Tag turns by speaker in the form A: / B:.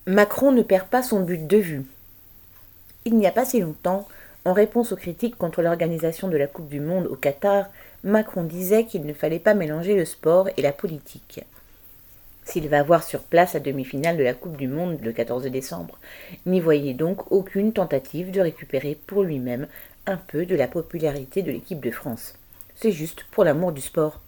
A: Macron ne perd pas son but de vue. Il n'y a pas si longtemps, en réponse aux critiques contre l'organisation de la Coupe du Monde au Qatar, Macron disait qu'il ne fallait pas mélanger le sport et la politique. S'il va voir sur place la demi-finale de la Coupe du Monde le 14 décembre, n'y voyez donc aucune tentative de récupérer pour lui-même un peu de la popularité de l'équipe de France. C'est juste pour l'amour du sport.